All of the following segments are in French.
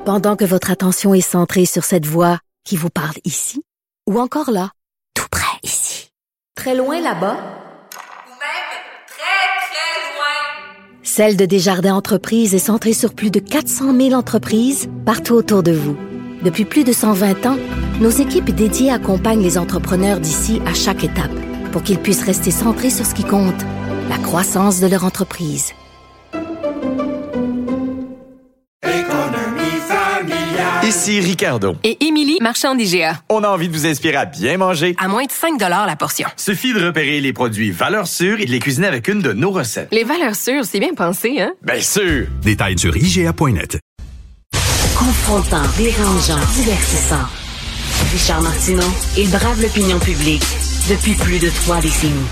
Pendant que votre attention est centrée sur cette voix qui vous parle ici, ou encore là, tout près ici, très loin là-bas, ou même très, très loin. Celle de Desjardins Entreprises est centrée sur plus de 400 000 entreprises partout autour de vous. Depuis plus de 120 ans, nos équipes dédiées accompagnent les entrepreneurs d'ici à chaque étape pour qu'ils puissent rester centrés sur ce qui compte, la croissance de leur entreprise. Ici Ricardo. Et Émilie, marchand d'IGA. On a envie de vous inspirer à bien manger. À moins de 5 $ la portion. Suffit de repérer les produits valeurs sûres et de les cuisiner avec une de nos recettes. Les valeurs sûres, c'est bien pensé, hein? Bien sûr! Détails sur IGA.net. Confrontant, dérangeant, divertissant. Richard Martineau, il brave l'opinion publique depuis plus de 3 décennies.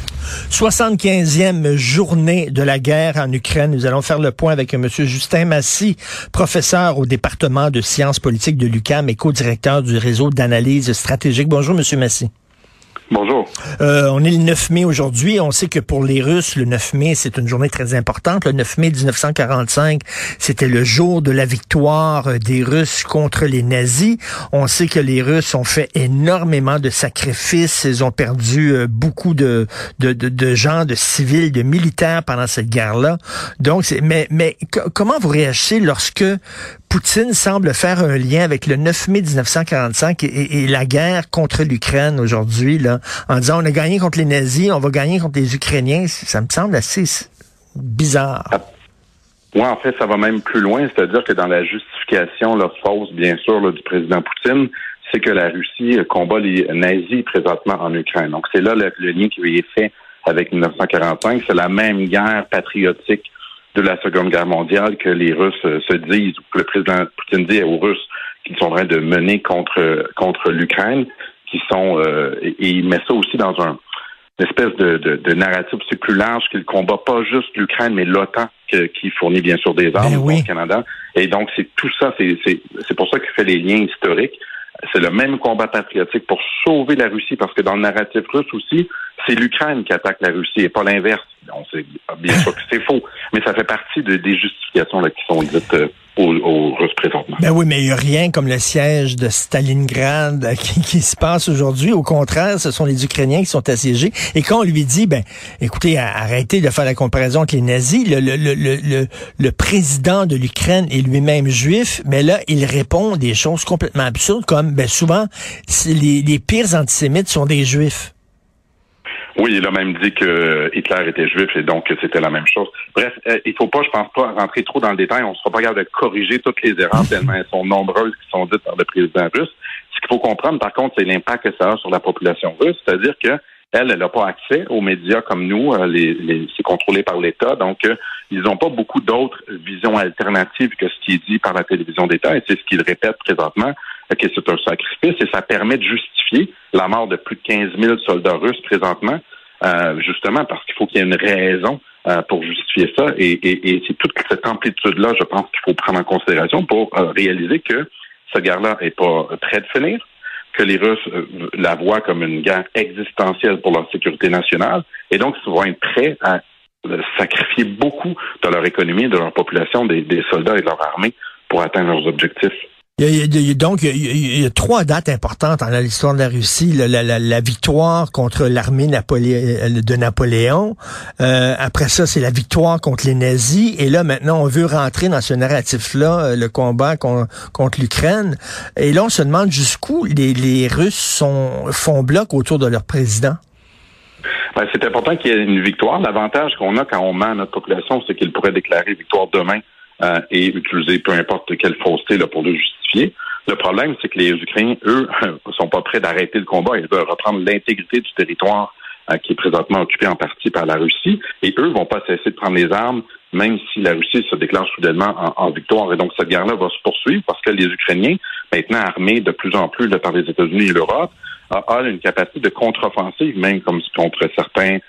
75e journée de la guerre en Ukraine. Nous allons faire le point avec M. Justin Massy, professeur au département de sciences politiques de l'UQAM et co-directeur du réseau d'analyse stratégique. Bonjour, M. Massy. Bonjour. On est le 9 mai aujourd'hui. On sait que pour les Russes, le 9 mai, c'est une journée très importante. Le 9 mai 1945, c'était le jour de la victoire des Russes contre les nazis. On sait que les Russes ont fait énormément de sacrifices. Ils ont perdu beaucoup de gens, de civils, de militaires pendant cette guerre-là. Donc, mais comment vous réagissez lorsque Poutine semble faire un lien avec le 9 mai 1945 et la guerre contre l'Ukraine aujourd'hui, là, en disant on a gagné contre les nazis, on va gagner contre les Ukrainiens? Ça me semble assez bizarre. Oui, en fait, ça va même plus loin, c'est-à-dire que dans la justification fausse, bien sûr, du président Poutine, c'est que la Russie combat les nazis présentement en Ukraine. Donc, c'est là le lien qui est fait avec 1945. C'est la même guerre patriotique de la Seconde Guerre mondiale que les Russes se disent, ou que le président Poutine dit aux Russes qu'ils sont en train de mener contre l'Ukraine, qui sont et il met ça aussi dans une espèce de narrative c'est plus large, qu'il combat pas juste l'Ukraine, mais l'OTAN qui fournit bien sûr des armes au Canada. Et donc c'est tout ça, c'est pour ça qu'il fait les liens historiques. C'est le même combat patriotique pour sauver la Russie, parce que dans le narratif russe aussi, c'est l'Ukraine qui attaque la Russie et pas l'inverse. On sait bien sûr que c'est faux, mais ça fait partie des justifications qui sont dites aux Russes présentement. Ben oui, mais il n'y a rien comme le siège de Stalingrad qui se passe aujourd'hui. Au contraire, ce sont les Ukrainiens qui sont assiégés. Et quand on lui dit, écoutez, arrêtez de faire la comparaison avec les nazis, le président de l'Ukraine est lui-même juif, mais là, il répond des choses complètement absurdes, comme, souvent, les pires antisémites sont des juifs. Oui, il a même dit que Hitler était juif et donc que c'était la même chose. Bref, il faut pas, je pense pas, rentrer trop dans le détail. On ne sera pas capable de corriger toutes les erreurs tellement elles sont nombreuses qui sont dites par le président russe. Ce qu'il faut comprendre, par contre, c'est l'impact que ça a sur la population russe. C'est-à-dire que elle n'a pas accès aux médias comme nous. C'est contrôlé par l'État. Donc, ils n'ont pas beaucoup d'autres visions alternatives que ce qui est dit par la télévision d'État. Et c'est ce qu'ils répètent présentement, que c'est un sacrifice. Et ça permet de justifier la mort de plus de 15 000 soldats russes présentement, justement parce qu'il faut qu'il y ait une raison pour justifier ça. Et c'est toute cette amplitude-là, je pense qu'il faut prendre en considération pour réaliser que cette guerre-là n'est pas près de finir, que les Russes la voient comme une guerre existentielle pour leur sécurité nationale, et donc ils vont être prêts à sacrifier beaucoup de leur économie, de leur population, des soldats et de leur armée pour atteindre leurs objectifs. Donc, il y a 3 dates importantes dans l'histoire de la Russie. La victoire contre l'armée de Napoléon. Après ça, c'est la victoire contre les nazis. Et là, maintenant, on veut rentrer dans ce narratif-là, le combat contre l'Ukraine. Et là, on se demande jusqu'où les Russes font bloc autour de leur président. C'est important qu'il y ait une victoire. L'avantage qu'on a quand on ment à notre population, c'est qu'il pourrait déclarer victoire demain et utiliser peu importe quelle fausseté pour le justifier. Le problème, c'est que les Ukrainiens, eux, sont pas prêts d'arrêter le combat. Ils veulent reprendre l'intégrité du territoire qui est présentement occupé en partie par la Russie. Et eux vont pas cesser de prendre les armes, même si la Russie se déclare soudainement en victoire. Et donc, cette guerre-là va se poursuivre parce que les Ukrainiens, maintenant armés de plus en plus par les États-Unis et l'Europe, ont une capacité de contre-offensive, même comme contre certains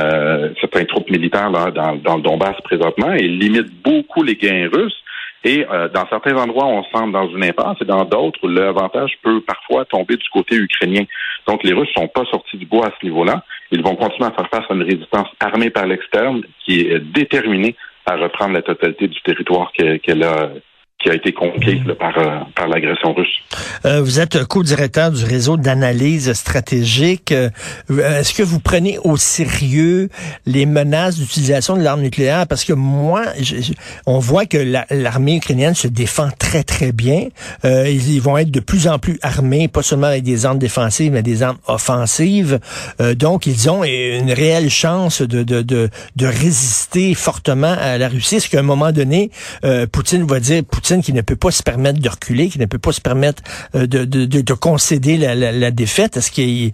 troupes militaires dans le Donbass présentement, et limitent beaucoup les gains russes. Et dans certains endroits, on semble dans une impasse, et dans d'autres, l'avantage peut parfois tomber du côté ukrainien. Donc, les Russes sont pas sortis du bois à ce niveau-là. Ils vont continuer à faire face à une résistance armée par l'externe qui est déterminée à reprendre la totalité du territoire qu'elle a qui a été conquis là, par l'agression russe. Vous êtes co-directeur du réseau d'analyse stratégique. Est-ce que vous prenez au sérieux les menaces d'utilisation de l'arme nucléaire? Parce que moi, on voit que l'armée ukrainienne se défend très, très bien. Ils vont être de plus en plus armés, pas seulement avec des armes défensives, mais des armes offensives. Donc, ils ont une réelle chance de résister fortement à la Russie. Est-ce qu'à un moment donné, Poutine qui ne peut pas se permettre de reculer, qui ne peut pas se permettre de concéder la défaite, est-ce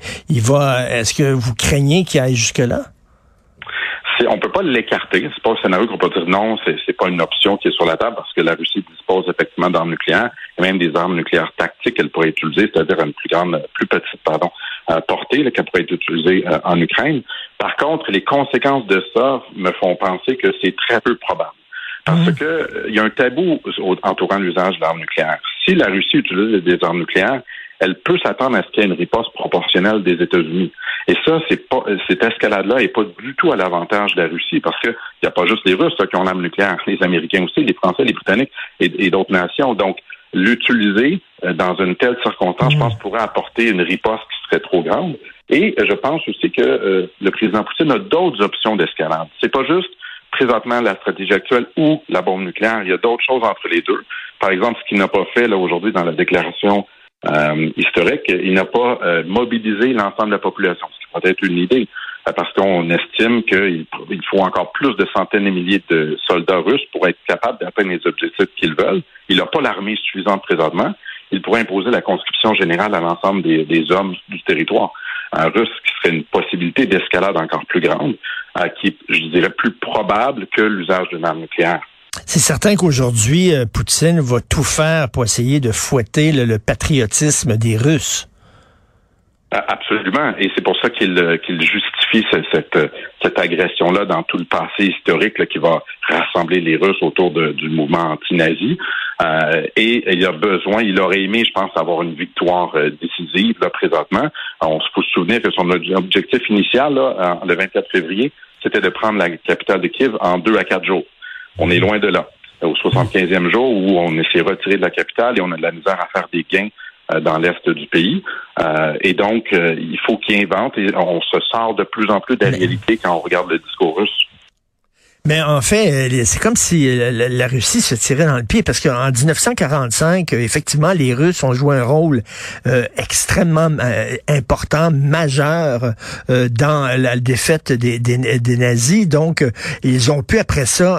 que vous craignez qu'il aille jusque-là? On peut pas l'écarter. C'est pas un scénario qu'on peut dire non, c'est pas une option qui est sur la table parce que la Russie dispose effectivement d'armes nucléaires et même des armes nucléaires tactiques qu'elle pourrait utiliser, c'est-à-dire une plus petite portée qu'elle pourrait être utilisée en Ukraine. Par contre, les conséquences de ça me font penser que c'est très peu probable. Parce que il y a un tabou entourant l'usage de l'arme nucléaire. Si la Russie utilise des armes nucléaires, elle peut s'attendre à ce qu'il y ait une riposte proportionnelle des États-Unis. Et ça, cette escalade-là est pas du tout à l'avantage de la Russie, parce que il n'y a pas juste les Russes qui ont l'arme nucléaire, les Américains aussi, les Français, les Britanniques et d'autres nations. Donc, l'utiliser dans une telle circonstance, je pense, pourrait apporter une riposte qui serait trop grande. Et je pense aussi que le président Poutine a d'autres options d'escalade. C'est pas juste présentement la stratégie actuelle ou la bombe nucléaire. Il y a d'autres choses entre les deux. Par exemple, ce qu'il n'a pas fait là aujourd'hui dans la déclaration historique, il n'a pas mobilisé l'ensemble de la population, ce qui pourrait être une idée, parce qu'on estime qu'il faut encore plus de centaines de milliers de soldats russes pour être capable d'atteindre les objectifs qu'ils veulent. Il n'a pas l'armée suffisante présentement. Il pourrait imposer la conscription générale à l'ensemble des hommes du territoire russe, qui serait une possibilité d'escalade encore plus grande, qui est, je dirais, plus probable que l'usage d'une arme nucléaire. C'est certain qu'aujourd'hui, Poutine va tout faire pour essayer de fouetter le patriotisme des Russes. Absolument, et c'est pour ça qu'il justifie cette agression-là dans tout le passé historique là, qui va rassembler les Russes autour du mouvement anti-nazi. Et il aurait aimé, je pense, avoir une victoire décisive là présentement. On se faut se souvenir que son objectif initial, là, le 24 février, c'était de prendre la capitale de Kiev en 2 à 4 jours. On est loin de là. Au 75e jour où on s'est retiré de la capitale et on a de la misère à faire des gains dans l'est du pays. Et donc, il faut qu'il invente et on se sort de plus en plus de la réalité quand on regarde le discours russe. Mais en fait, c'est comme si la Russie se tirait dans le pied, parce qu'en 1945, effectivement, les Russes ont joué un rôle extrêmement important, majeur dans la défaite des nazis. Donc, ils ont pu, après ça,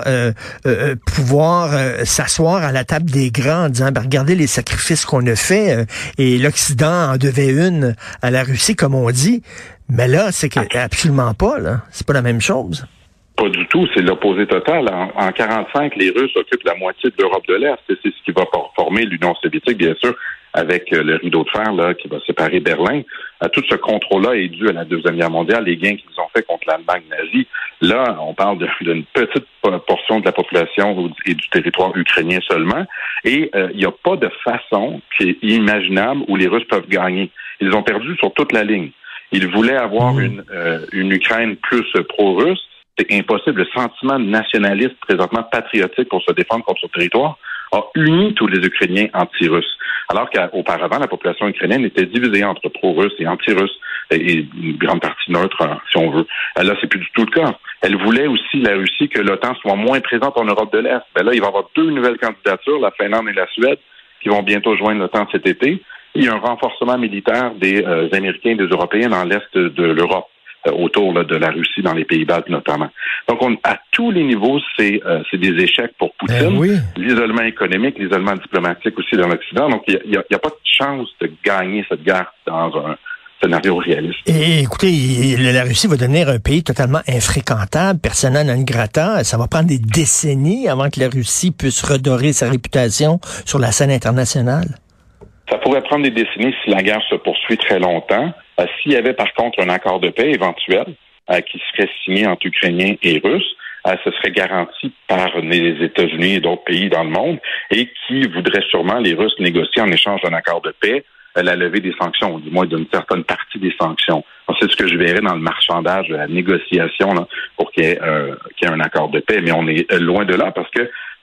pouvoir s'asseoir à la table des grands en disant, regardez les sacrifices qu'on a faits, et l'Occident en devait une à la Russie, comme on dit. Mais là, c'est absolument pas, là. C'est pas la même chose. Pas du tout, c'est l'opposé total. En 1945, les Russes occupent la moitié de l'Europe de l'Est. C'est ce qui va former l'Union soviétique, bien sûr, avec le rideau de fer là, qui va séparer Berlin. Tout ce contrôle-là est dû à la Deuxième Guerre mondiale, les gains qu'ils ont fait contre l'Allemagne nazie. Là, on parle d'une petite portion de la population et du territoire ukrainien seulement. Et il n'y a pas de façon qui est imaginable où les Russes peuvent gagner. Ils ont perdu sur toute la ligne. Ils voulaient avoir une Ukraine plus pro-russe. C'est impossible. Le sentiment nationaliste, présentement patriotique pour se défendre contre son territoire, a uni tous les Ukrainiens anti-russes. Alors qu'auparavant, la population ukrainienne était divisée entre pro-russes et anti-russes, et une grande partie neutre, si on veut. Là, c'est plus du tout le cas. Elle voulait aussi, la Russie, que l'OTAN soit moins présente en Europe de l'Est. Là, il va y avoir 2 nouvelles candidatures, la Finlande et la Suède, qui vont bientôt joindre l'OTAN cet été. Il y a un renforcement militaire des Américains et des Européens dans l'Est de l'Europe, autour là, de la Russie, dans les Pays-Baltes notamment. Donc, à tous les niveaux, c'est des échecs pour Poutine. Oui. L'isolement économique, l'isolement diplomatique aussi dans l'Occident. Donc, il y a pas de chance de gagner cette guerre dans un scénario réaliste. Et écoutez, la Russie va devenir un pays totalement infréquentable, persona non grata. Ça va prendre des décennies avant que la Russie puisse redorer sa réputation sur la scène internationale. Ça pourrait prendre des décennies si la guerre se poursuit très longtemps. S'il y avait par contre un accord de paix éventuel qui serait signé entre Ukrainiens et Russes, ce serait garanti par les États-Unis et d'autres pays dans le monde et qui voudraient sûrement, les Russes, négocier en échange d'un accord de paix la levée des sanctions, ou du moins d'une certaine partie des sanctions. C'est ce que je verrais dans le marchandage de la négociation là, pour qu'il y ait un accord de paix. Mais on est loin de là parce que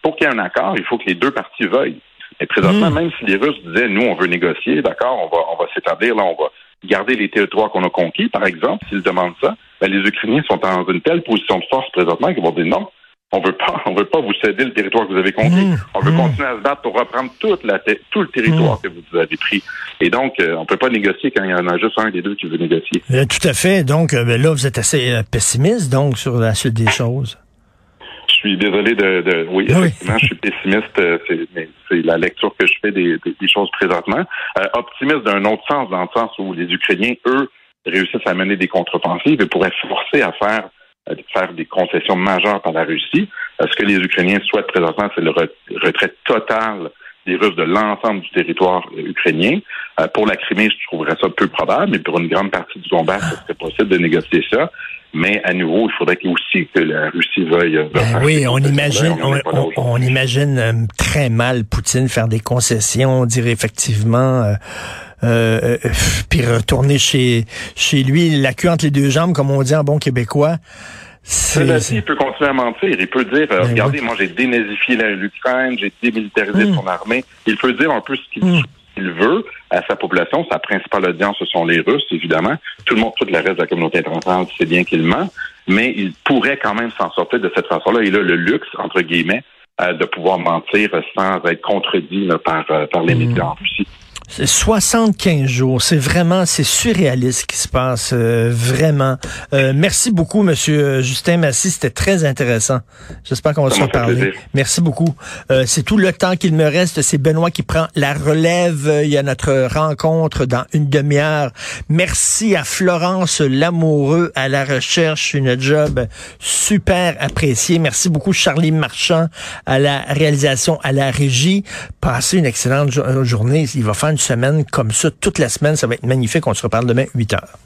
pour qu'il y ait un accord, il faut que les deux parties veuillent. Et présentement, même si les Russes disaient, nous, on veut négocier, d'accord, on va s'établir, là, on va garder les territoires qu'on a conquis, par exemple, s'ils demandent ça, ben, les Ukrainiens sont dans une telle position de force présentement qu'ils vont dire non, on veut pas vous céder le territoire que vous avez conquis. On veut continuer à se battre pour reprendre tout le territoire que vous avez pris. Et donc, on peut pas négocier quand il y en a juste un des deux qui veut négocier. Tout à fait. Donc, là, vous êtes assez pessimiste, donc, sur la suite des choses. Je suis désolé oui, effectivement, je suis pessimiste. C'est la lecture que je fais des choses présentement. Optimiste d'un autre sens, dans le sens où les Ukrainiens, eux, réussissent à mener des contre-offensives et pourraient forcer à faire des concessions majeures par la Russie. Ce que les Ukrainiens souhaitent présentement, c'est le retrait total des Russes de l'ensemble du territoire ukrainien. Pour la Crimée, je trouverais ça peu probable, mais pour une grande partie du Donbass, ce serait possible de négocier ça. Mais à nouveau, il faudrait aussi que la Russie veuille. Oui, on imagine très mal Poutine faire des concessions, dire effectivement, puis retourner chez lui, la queue entre les deux jambes, comme on dit en bon québécois. Il peut continuer à mentir. Il peut dire, regardez, moi j'ai dénazifié l'Ukraine, j'ai démilitarisé son armée. Il peut dire un peu ce qu'il veut à sa population. Sa principale audience, ce sont les Russes, évidemment. Tout le reste de la communauté internationale sait bien qu'il ment, mais il pourrait quand même s'en sortir de cette façon-là. Il a le luxe, entre guillemets, de pouvoir mentir sans être contredit par les médias en Russie. 75 jours, c'est surréaliste ce qui se passe, vraiment. Merci beaucoup, Monsieur Justin Massy, c'était très intéressant. J'espère qu'on va se reparler. Merci beaucoup. C'est tout le temps qu'il me reste. C'est Benoît qui prend la relève. Il y a notre rencontre dans une demi-heure. Merci à Florence Lamoureux à la recherche, une job super appréciée. Merci beaucoup Charlie Marchand à la réalisation, à la régie. Passez une excellente journée. Il va faire une semaine comme ça toute la semaine. Ça va être magnifique. On se reparle demain 8h.